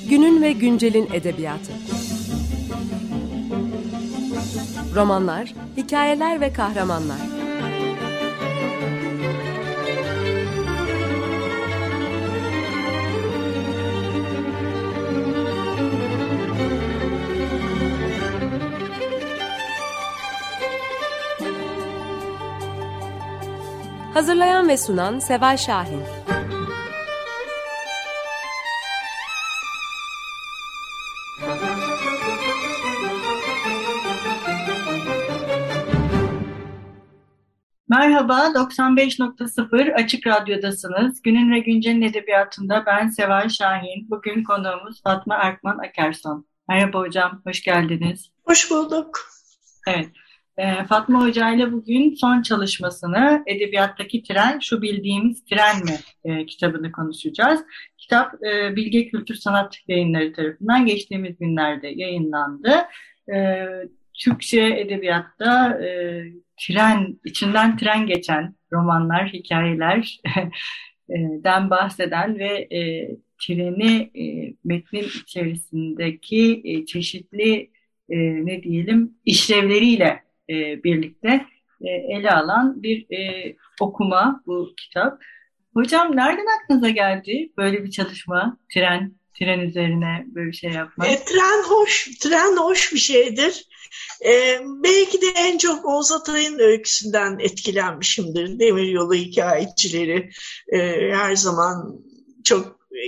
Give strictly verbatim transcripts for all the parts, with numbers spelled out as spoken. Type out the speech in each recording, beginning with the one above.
Günün ve güncelin edebiyatı. Romanlar, hikayeler ve kahramanlar. Hazırlayan ve sunan Seval Şahin. Merhaba, doksan beş nokta sıfır Açık Radyo'dasınız. Günün ve Güncel'in edebiyatında ben Seval Şahin. Bugün konuğumuz Fatma Erkman Akerson. Merhaba hocam, hoş geldiniz. Hoş bulduk. Evet, e, Fatma Hoca ile bugün son çalışmasını Edebiyattaki Tren, Şu Bildiğimiz Tren mi e, kitabını konuşacağız. Kitap e, Bilge Kültür Sanat Yayınları tarafından geçtiğimiz günlerde yayınlandı. E, Türkçe edebiyatta e, tren, içinden tren geçen romanlar, hikayelerden bahseden ve e, treni e, metnin içerisindeki e, çeşitli e, ne diyelim işlevleriyle e, birlikte e, ele alan bir e, okuma bu kitap. Hocam nereden aklınıza geldi böyle bir çalışma, tren, tren üzerine böyle bir şey yapmak? E, tren hoş, tren hoş bir şeydir. E, belki de en çok Oğuz Atay'ın öyküsünden etkilenmişimdir. Demiryolu hikayecileri e, her zaman çok e,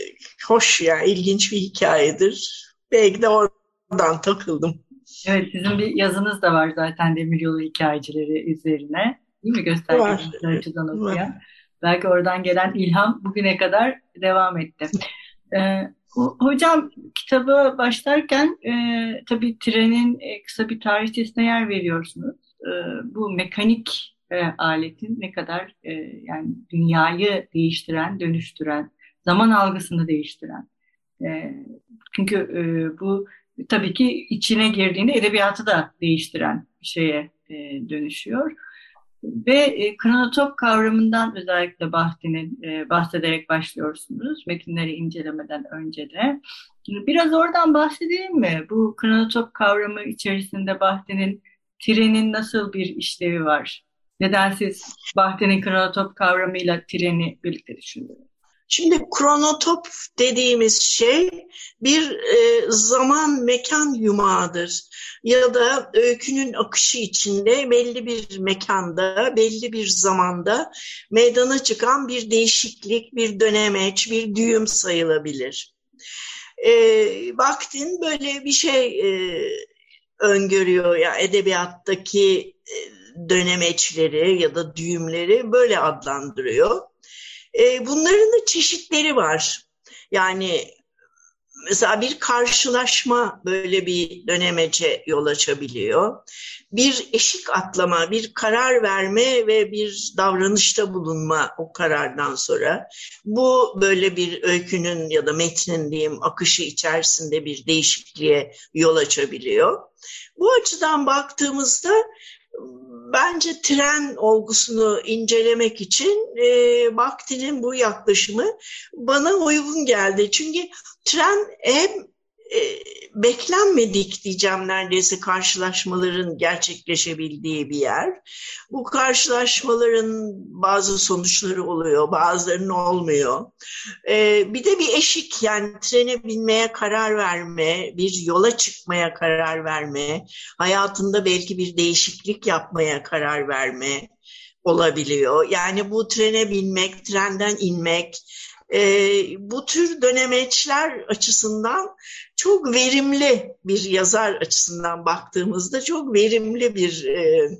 hoş ya, yani, ilginç bir hikayedir. Belki de oradan takıldım. Evet, sizin bir yazınız da var zaten Demiryolu hikayecileri üzerine. Değil mi? Göstergeler açıdan okuyan. Belki oradan gelen ilham bugüne kadar devam etti. Ee, hocam kitaba başlarken e, tabii trenin e, kısa bir tarihçesine yer veriyorsunuz. E, bu mekanik e, aletin ne kadar e, yani dünyayı değiştiren, dönüştüren, zaman algısını değiştiren. E, çünkü e, bu tabii ki içine girdiğinde edebiyatı da değiştiren bir şeye e, dönüşüyor. Ve e, kronotop kavramından özellikle Bahti'nin e, bahsederek başlıyorsunuz metinleri incelemeden önce de. Şimdi biraz oradan bahsedelim mi? Bu kronotop kavramı içerisinde Bahti'nin trenin nasıl bir işlevi var? Neden siz Bahti'nin kronotop kavramıyla treni birlikte düşündünüz? Şimdi kronotop dediğimiz şey bir e, zaman mekan yumağıdır. Ya da öykünün akışı içinde belli bir mekanda, belli bir zamanda meydana çıkan bir değişiklik, bir dönemeç, bir düğüm sayılabilir. E, Bakhtin böyle bir şey e, öngörüyor ya, edebiyattaki e, dönemeçleri ya da düğümleri böyle adlandırıyor. Bunların da çeşitleri var. Yani mesela bir karşılaşma böyle bir dönemece yol açabiliyor. Bir eşik atlama, bir karar verme ve bir davranışta bulunma o karardan sonra. Bu böyle bir öykünün ya da metnin diyeyim akışı içerisinde bir değişikliğe yol açabiliyor. Bu açıdan baktığımızda bence tren olgusunu incelemek için e, Bakhtin'in bu yaklaşımı bana uygun geldi. Çünkü tren hem e, beklenmedik diyeceğim neredeyse karşılaşmaların gerçekleşebildiği bir yer. Bu karşılaşmaların bazı sonuçları oluyor, bazılarının olmuyor. E, bir de bir eşik, yani trene binmeye karar verme, bir yola çıkmaya karar verme, hayatında belki bir değişiklik yapmaya karar verme olabiliyor. Yani bu trene binmek, trenden inmek, e, bu tür dönemeçler açısından çok verimli bir yazar açısından baktığımızda çok verimli bir e,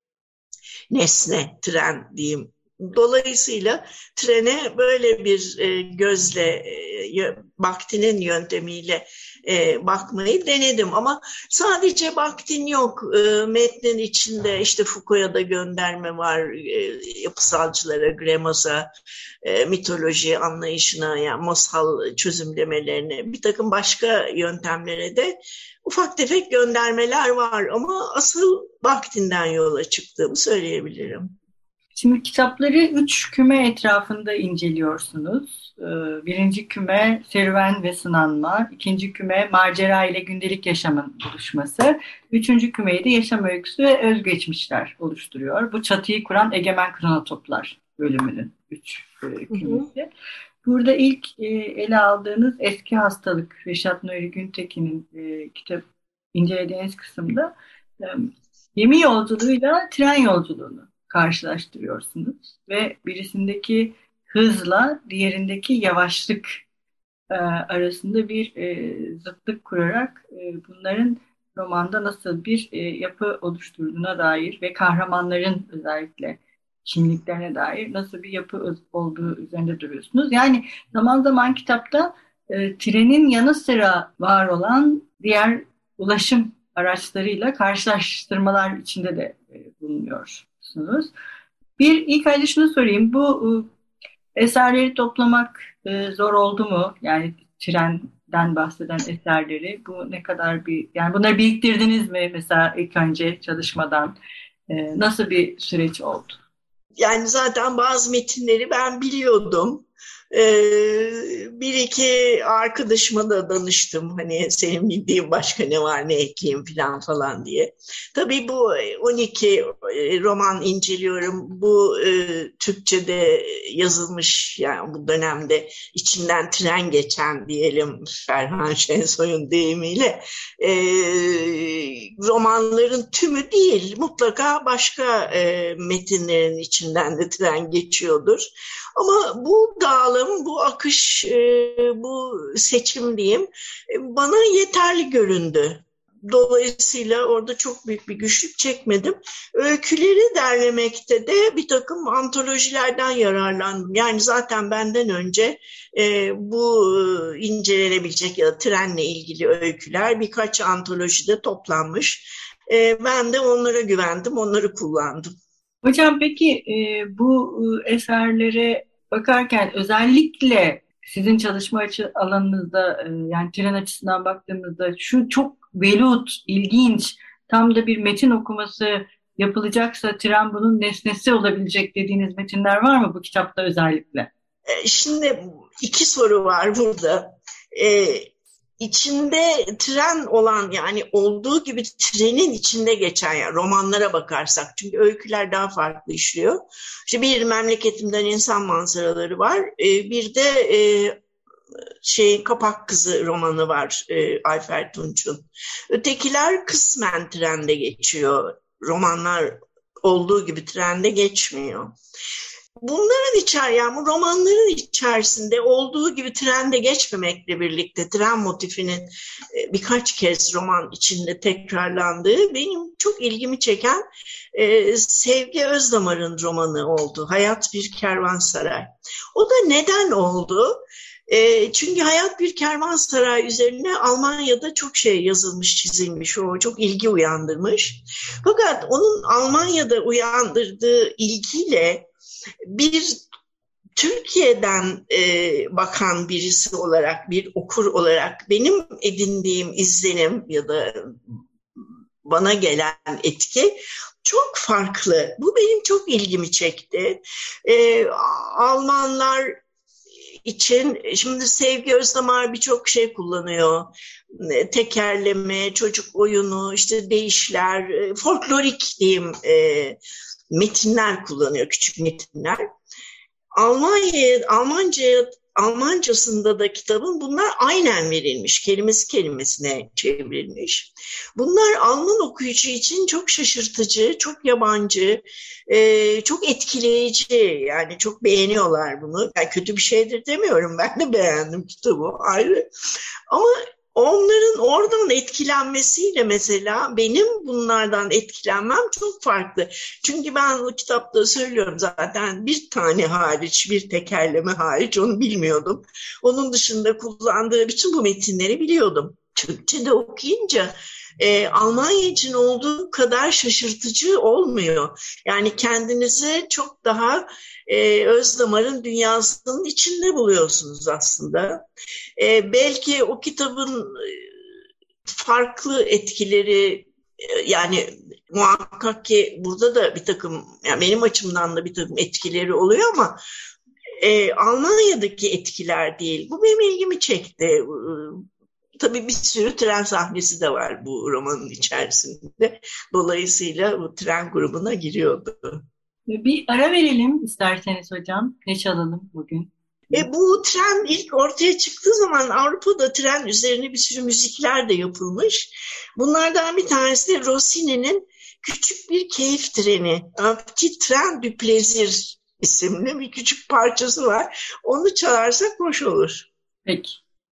nesne tren diyeyim. Dolayısıyla trene böyle bir e, gözle, e, Bakhtin'in yöntemiyle e, bakmayı denedim. Ama sadece Bakhtin yok. E, metnin içinde işte Foucault'a da gönderme var, e, yapısalcılara, Gramsci'ye, e, mitoloji anlayışına, yani masal çözümlemelerine, bir takım başka yöntemlere de ufak tefek göndermeler var. Ama asıl Bakhtin'den yola çıktığımı söyleyebilirim. Şimdi kitapları üç küme etrafında inceliyorsunuz. Birinci küme serüven ve sınanma, ikinci küme macera ile gündelik yaşamın buluşması, üçüncü kümeyi de yaşam öyküsü ve özgeçmişler oluşturuyor. Bu çatıyı kuran Egemen Kronotoplar bölümünün üç kümesi. Burada ilk ele aldığınız Eski Hastalık, Reşat Nuri Güntekin'in kitap incelediğiniz kısımda gemi yolculuğuyla tren yolculuğunu karşılaştırıyorsunuz ve birisindeki hızla diğerindeki yavaşlık e, arasında bir e, zıtlık kurarak e, bunların romanda nasıl bir e, yapı oluşturduğuna dair ve kahramanların özellikle kimliklerine dair nasıl bir yapı olduğu üzerinde duruyorsunuz. Yani zaman zaman kitapta e, trenin yanı sıra var olan diğer ulaşım araçlarıyla karşılaştırmalar içinde de e, bulunuyorsunuz. Bir ilk önce şunu sorayım. Bu e, eserleri toplamak e, zor oldu mu? Yani trenden bahseden eserleri. Bu ne kadar bir, yani bunları biriktirdiniz mi mesela ilk önce çalışmadan? E, nasıl bir süreç oldu? Yani zaten bazı metinleri ben biliyordum. Ee, bir iki arkadaşıma da danıştım. Hani senin bildiğin başka ne var, ne ekleyeyim falan falan diye. Tabii bu on iki roman inceliyorum. Bu e, Türkçe'de yazılmış, yani bu dönemde içinden tren geçen diyelim Ferhan Şensoy'un deyimiyle e, romanların tümü değil. Mutlaka başka e, metinlerin içinden de tren geçiyordur. Ama bu dağılım, bu akış, bu seçim diyeyim bana yeterli göründü. Dolayısıyla orada çok büyük bir güçlük çekmedim. Öyküleri derlemekte de bir takım antolojilerden yararlandım. Yani zaten benden önce bu incelenebilecek ya da trenle ilgili öyküler birkaç antolojide toplanmış. Ben de onlara güvendim, onları kullandım. Hocam peki bu eserlere bakarken özellikle sizin çalışma açı alanınızda yani tren açısından baktığımızda şu çok velut, ilginç, tam da bir metin okuması yapılacaksa tren bunun nesnesi olabilecek dediğiniz metinler var mı bu kitapta özellikle? Şimdi iki soru var burada. Ee, İçinde tren olan, yani olduğu gibi trenin içinde geçen, yani romanlara bakarsak, çünkü öyküler daha farklı işliyor. İşte bir Memleketimden İnsan Manzaraları var, bir de e, şey Kapak Kızı romanı var e, Ayfer Tunç'un. Ötekiler kısmen trende geçiyor, romanlar olduğu gibi trende geçmiyor. Bunların içer, yani bu romanların içerisinde olduğu gibi trende geçmemekle birlikte tren motifinin birkaç kez roman içinde tekrarlandığı benim çok ilgimi çeken e, Sevgi Özdamar'ın romanı oldu. Hayat Bir Kervansaray. O da neden oldu? E, çünkü Hayat Bir Kervansaray üzerine Almanya'da çok şey yazılmış, çizilmiş. O çok ilgi uyandırmış. Fakat onun Almanya'da uyandırdığı ilgiyle bir Türkiye'den e, bakan birisi olarak, bir okur olarak benim edindiğim izlenim ya da bana gelen etki çok farklı. Bu benim çok ilgimi çekti. E, Almanlar için şimdi Sevgi Özdamar birçok şey kullanıyor. Tekerleme, çocuk oyunu, işte deyişler, folklorik diyeyim e, metinler kullanıyor, küçük metinler. Almanya, Almanca, Almancasında da kitabın bunlar aynen verilmiş, kelimesi kelimesine çevrilmiş. Bunlar Alman okuyucu için çok şaşırtıcı, çok yabancı, e, çok etkileyici. Yani çok beğeniyorlar bunu. Yani kötü bir şeydir demiyorum, ben de beğendim kitabı ayrı. Ama onların oradan etkilenmesiyle mesela benim bunlardan etkilenmem çok farklı. Çünkü ben bu kitapta söylüyorum zaten, bir tane hariç, bir tekerleme hariç onu bilmiyordum. Onun dışında kullandığı bütün bu metinleri biliyordum. Türkçe'de okuyunca e, Almanya için olduğu kadar şaşırtıcı olmuyor. Yani kendinizi çok daha e, Özdamar'ın dünyasının içinde buluyorsunuz aslında. E, belki o kitabın farklı etkileri Yani muhakkak ki burada da bir takım, yani benim açımdan da bir takım etkileri oluyor ama e, Almanya'daki etkiler değil. Bu benim ilgimi çekti. E, tabii bir sürü tren sahnesi de var bu romanın içerisinde. Dolayısıyla bu tren grubuna giriyordu. Bir ara verelim isterseniz hocam. Ne çalalım bugün? E, bu tren ilk ortaya çıktığı zaman Avrupa'da tren üzerine bir sürü müzikler de yapılmış. Bunlardan bir tanesi de Rossini'nin Küçük Bir Keyif Treni, Un Petit Train du Plaisir isimli bir küçük parçası var. Onu çalarsak hoş olur. Peki.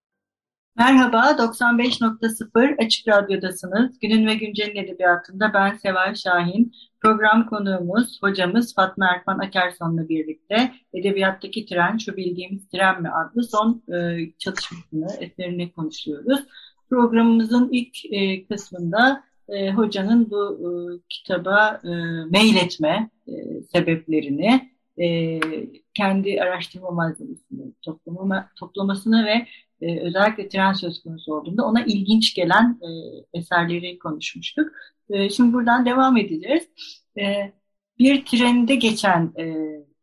Merhaba, doksan beş nokta sıfır Açık Radyo'dasınız. Günün ve Güncel'in edebiyatında ben Seval Şahin. Program konuğumuz, hocamız Fatma Erkan Akerson'la birlikte Edebiyattaki Tren, Şu Bildiğimiz Tren mi adlı son e, çalışmasını, eserini konuşuyoruz. Programımızın ilk e, kısmında e, hocanın bu e, kitaba e, meyletme e, sebeplerini, e, kendi araştırma malzemesini toplama, toplamasını ve Ee, özellikle tren söz konusu olduğunda ona ilginç gelen e, eserleri konuşmuştuk. E, şimdi buradan devam edeceğiz. E, bir trende geçen e,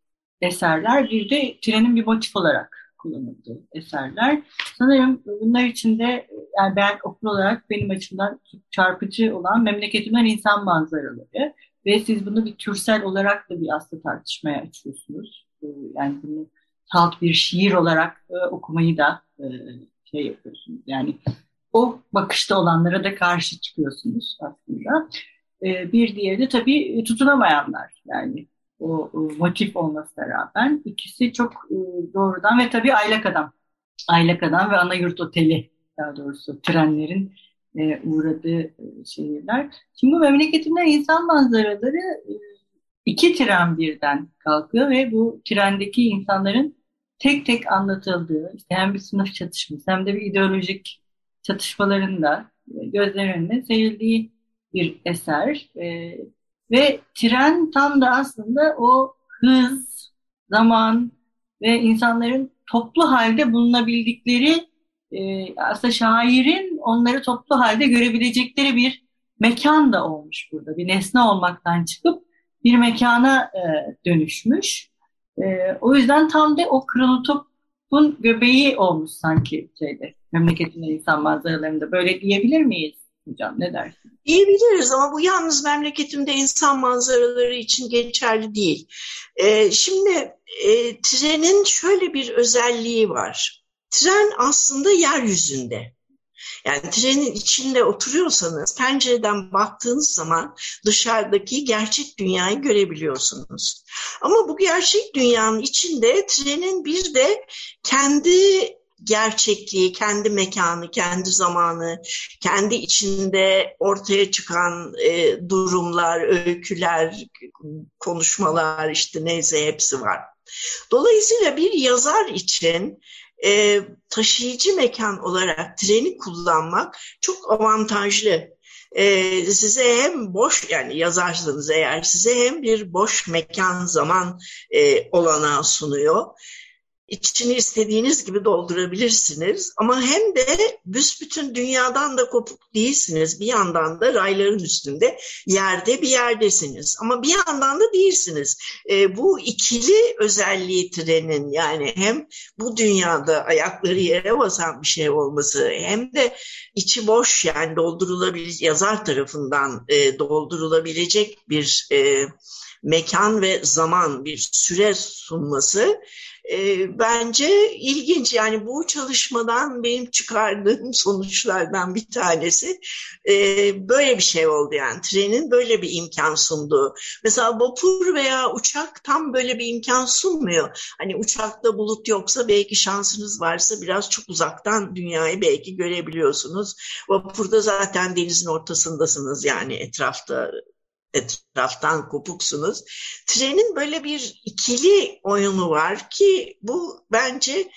eserler, bir de trenin bir motif olarak kullanıldığı eserler. Sanırım bunlar içinde, yani ben okul olarak benim açımdan çarpıcı olan Memleketimden İnsan Manzaraları ve siz bunu bir türsel olarak da bir aslında tartışmaya açıyorsunuz. E, yani bunu salt bir şiir olarak e, okumayı da e, şey yapıyorsunuz. Yani o bakışta olanlara da karşı çıkıyorsunuz aslında. E, bir diğeri de tabii tutunamayanlar. Yani o, o motif olmasına rağmen ikisi çok e, doğrudan ve tabii Aylak Adam. Aylak Adam ve Anayurt Oteli, daha doğrusu trenlerin e, uğradığı e, şehirler. Şimdi bu Memleketimden İnsan Manzaraları e, iki tren birden kalkıyor ve bu trendeki insanların tek tek anlatıldığı, işte hem bir sınıf çatışması hem de bir ideolojik çatışmaların da gözler önüne serildiği bir eser. Ee, ve tren tam da aslında o hız, zaman ve insanların toplu halde bulunabildikleri, e, aslında şairin onları toplu halde görebilecekleri bir mekan da olmuş burada. Bir nesne olmaktan çıkıp bir mekana e, dönüşmüş. E, o yüzden tam da o kırılı topun göbeği olmuş sanki şeyde, Memleketimden İnsan Manzaralarında. Böyle diyebilir miyiz hocam? Ne dersin? Diyebiliriz ama bu yalnız Memleketimde İnsan Manzaraları için geçerli değil. E, şimdi e, trenin şöyle bir özelliği var. Tren aslında yeryüzünde. Yani trenin içinde oturuyorsanız pencereden baktığınız zaman dışarıdaki gerçek dünyayı görebiliyorsunuz. Ama bu gerçek dünyanın içinde trenin bir de kendi gerçekliği, kendi mekanı, kendi zamanı, kendi içinde ortaya çıkan e, durumlar, öyküler, konuşmalar, işte neyse hepsi var. Dolayısıyla bir yazar için E, taşıyıcı mekan olarak treni kullanmak çok avantajlı. E, size hem boş, yani yazarsanız eğer, size hem bir boş mekan zaman e, olanağı sunuyor. İçini istediğiniz gibi doldurabilirsiniz ama hem de büsbütün dünyadan da kopuk değilsiniz. Bir yandan da rayların üstünde, yerde bir yerdesiniz ama bir yandan da değilsiniz. E, bu ikili özelliği trenin, yani hem bu dünyada ayakları yere basan bir şey olması hem de içi boş, yani doldurulabilir, yazar tarafından e, doldurulabilecek bir e, mekan ve zaman, bir süre sunması E, bence ilginç. Yani bu çalışmadan benim çıkardığım sonuçlardan bir tanesi e, böyle bir şey oldu, yani trenin böyle bir imkan sunduğu. Mesela vapur veya uçak tam böyle bir imkan sunmuyor. Hani uçakta bulut yoksa belki şansınız varsa biraz çok uzaktan dünyayı belki görebiliyorsunuz. Vapurda zaten denizin ortasındasınız, yani etrafta etraftan kopuksunuz. Trenin böyle bir ikili oyunu var ki bu bence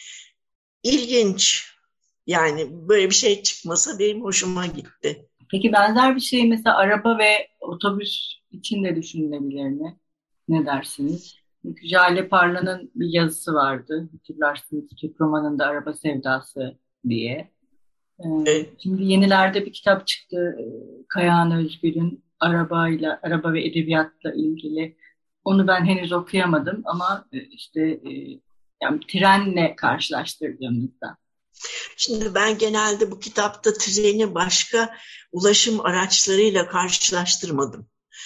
ilginç. Yani böyle bir şey çıkmasa benim hoşuma gitti. Peki benzer bir şey mesela araba ve otobüs için de düşünülebilir mi? Ne dersiniz? Çünkü Jale Parla'nın bir yazısı vardı. Hatırlarsınız, Türk romanında Araba Sevdası diye. Ee, evet. Şimdi yenilerde bir kitap çıktı. Kayahan Özgür'ün arabayla, araba ve edebiyatla ilgili. Onu ben henüz okuyamadım ama işte yani trenle karşılaştırdığımızda. Şimdi ben genelde bu kitapta treni başka ulaşım araçlarıyla karşılaştırmadım.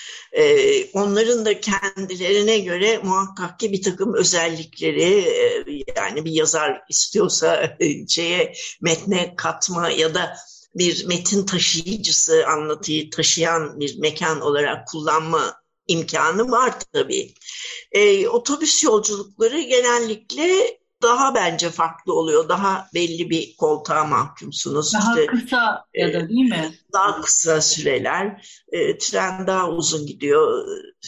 Ee, onların da kendilerine göre muhakkak ki bir takım özellikleri, e, yani bir yazar istiyorsa e, şeye metne katma ya da bir metin taşıyıcısı, anlatıyı taşıyan bir mekan olarak kullanma imkanı var tabii. E, otobüs yolculukları genellikle daha bence farklı oluyor. Daha belli bir koltuğa mahkumsunuz. Daha işte, kısa ya da değil mi? Daha kısa süreler. E, tren daha uzun gidiyor.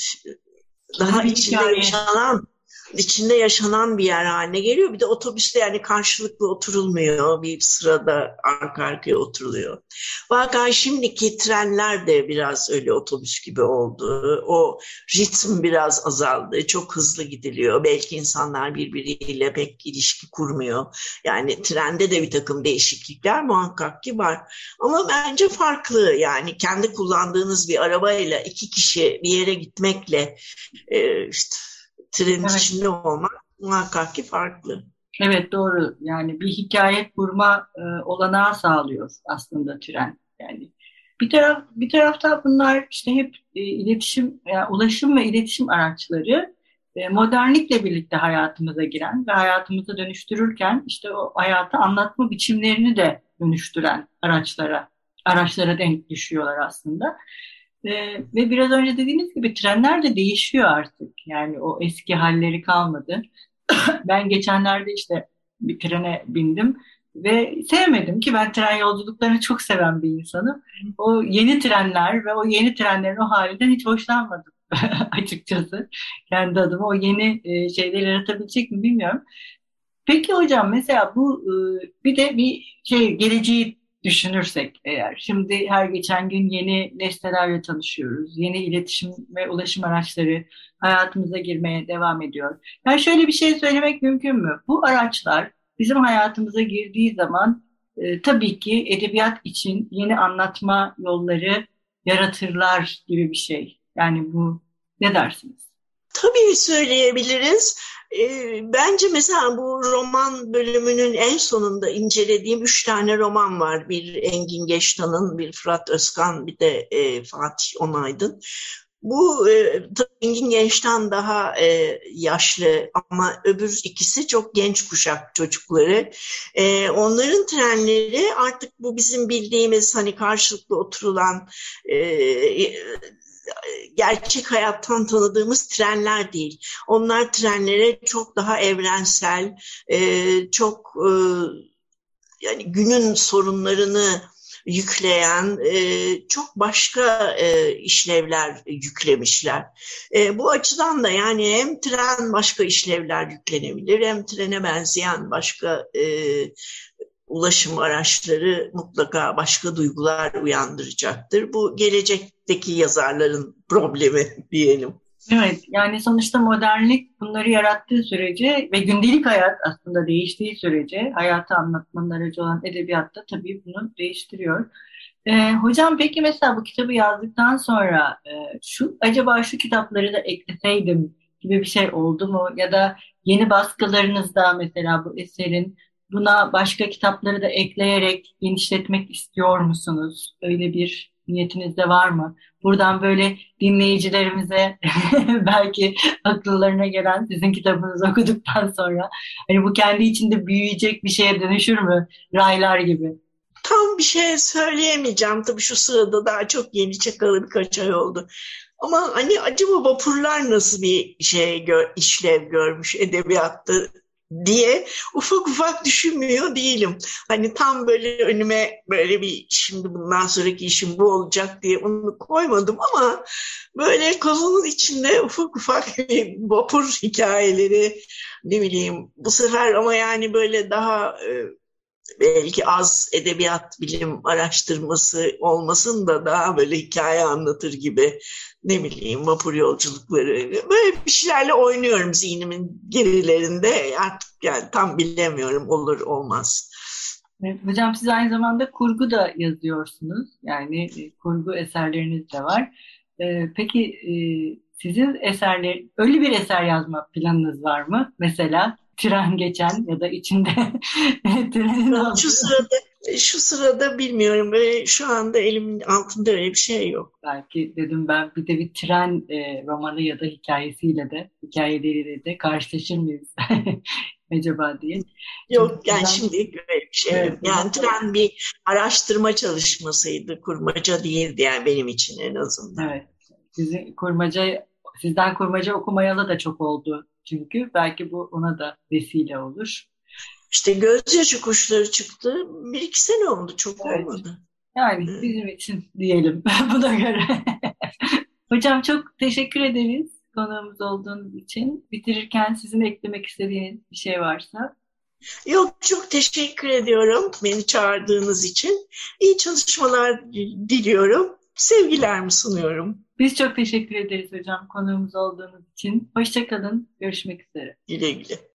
Daha içinde yaşanan, içinde yaşanan bir yer haline geliyor. Bir de otobüste yani karşılıklı oturulmuyor. Bir sırada arka arkaya oturuluyor. Fakat şimdiki trenler de biraz öyle otobüs gibi oldu. O ritim biraz azaldı. Çok hızlı gidiliyor. Belki insanlar birbiriyle pek ilişki kurmuyor. Yani trende de bir takım değişiklikler muhakkak ki var. Ama bence farklı. Yani kendi kullandığınız bir arabayla iki kişi bir yere gitmekle e, işte trenin evet. içinde olmak muhakkak ki farklı. Evet, doğru. Yani bir hikaye kurma e, olanağı sağlıyor aslında tren. Yani bir taraf bir tarafta bunlar işte hep e, iletişim, yani ulaşım ve iletişim araçları e, modernlikle birlikte hayatımıza giren ve hayatımızı dönüştürürken işte o hayatı anlatma biçimlerini de dönüştüren araçlara araçlara denk düşüyorlar aslında. Ee, ve biraz önce dediğiniz gibi trenler de değişiyor artık. Yani o eski halleri kalmadı. Ben geçenlerde işte bir trene bindim ve sevmedim ki ben tren yolculuklarını çok seven bir insanım. O yeni trenler ve o yeni trenlerin o halinden hiç hoşlanmadım açıkçası. Kendi adıma o yeni e, şeyleri yaratabilecek mi bilmiyorum. Peki hocam, mesela bu e, bir de bir şey geleceği düşünürsek eğer, şimdi her geçen gün yeni nesnelerle tanışıyoruz. Yeni iletişim ve ulaşım araçları hayatımıza girmeye devam ediyor. Yani şöyle bir şey söylemek mümkün mü? Bu araçlar bizim hayatımıza girdiği zaman e, tabii ki edebiyat için yeni anlatma yolları yaratırlar gibi bir şey. Yani bu, ne dersiniz? Tabii söyleyebiliriz. E, bence mesela bu roman bölümünün en sonunda incelediğim üç tane roman var. Bir Engin Geçtan'ın, bir Fırat Özkan, bir de e, Fatih Onaydın. Bu e, Engin Geçtan daha e, yaşlı ama öbür ikisi çok genç kuşak çocukları. E, onların trenleri artık bu bizim bildiğimiz hani karşılıklı oturulan e, gerçek hayattan tanıdığımız trenler değil. Onlar trenlere çok daha evrensel, çok yani günün sorunlarını yükleyen çok başka işlevler yüklemişler. Bu açıdan da yani hem tren başka işlevler yüklenebilir, hem trene benzeyen başka ulaşım araçları mutlaka başka duygular uyandıracaktır. Bu gelecekteki yazarların problemi diyelim. Evet, yani sonuçta modernlik bunları yarattığı sürece ve gündelik hayat aslında değiştiği sürece hayatı anlatmanın aracı olan edebiyatta tabii bunu değiştiriyor. Ee, hocam peki mesela bu kitabı yazdıktan sonra e, şu acaba şu kitapları da ekleseydim gibi bir şey oldu mu? Ya da yeni baskılarınızda mesela bu eserin buna başka kitapları da ekleyerek genişletmek istiyor musunuz? Öyle bir niyetiniz de var mı? Buradan böyle dinleyicilerimize belki akıllarına gelen sizin kitabınızı okuduktan sonra hani bu kendi içinde büyüyecek bir şeye dönüşür mü? Raylar gibi. Tam bir şey söyleyemeyeceğim. Tabii şu sırada daha çok yeni çakalı birkaç ay oldu. Ama hani acaba vapurlar nasıl bir şey gör, işlev görmüş edebiyatta diye ufak ufak düşünmüyor değilim. Hani tam böyle önüme böyle bir şimdi bundan sonraki işim bu olacak diye onu koymadım ama böyle kafamın içinde ufak ufak vapur hikayeleri, ne bileyim bu sefer ama yani böyle daha belki az edebiyat bilim araştırması olmasın da daha böyle hikaye anlatır gibi, ne bileyim vapur yolculukları, böyle bir şeylerle oynuyorum zihnimin gerilerinde, artık yani tam bilemiyorum, olur olmaz. Evet, hocam siz aynı zamanda kurgu da yazıyorsunuz. Yani e, kurgu eserleriniz de var. E, peki e, sizin eserler, öyle bir eser yazma planınız var mı? Mesela tren geçen ya da içinde trenin Şu olduğu. sırada şu sırada bilmiyorum. Böyle şu anda elimin altında öyle bir şey yok. Belki dedim ben bir de bir tren e, romanı ya da hikayesiyle de hikayeleriyle de karşılaşır mıyız acaba diye. Çünkü Yok yani hocam, şimdilik böyle bir şey yok. evet Yani hocam, tren bir araştırma çalışmasıydı. Kurmaca değildi yani benim için en azından. evet. Sizin kurmaca, sizden kurmaca okumayalı da çok oldu çünkü belki bu ona da vesile olur. İşte gözyaşı kuşları çıktı. Bir iki sene oldu. Çok Evet. olmadı. Yani Evet. bizim için diyelim buna göre. Hocam çok teşekkür ederiz konuğumuz olduğunuz için. Bitirirken sizin eklemek istediğiniz bir şey varsa. Yok çok teşekkür ediyorum beni çağırdığınız için. İyi çalışmalar diliyorum. Sevgilerimi sunuyorum. Biz çok teşekkür ederiz hocam konuğumuz olduğunuz için. Hoşça kalın. Görüşmek üzere. Güle güle.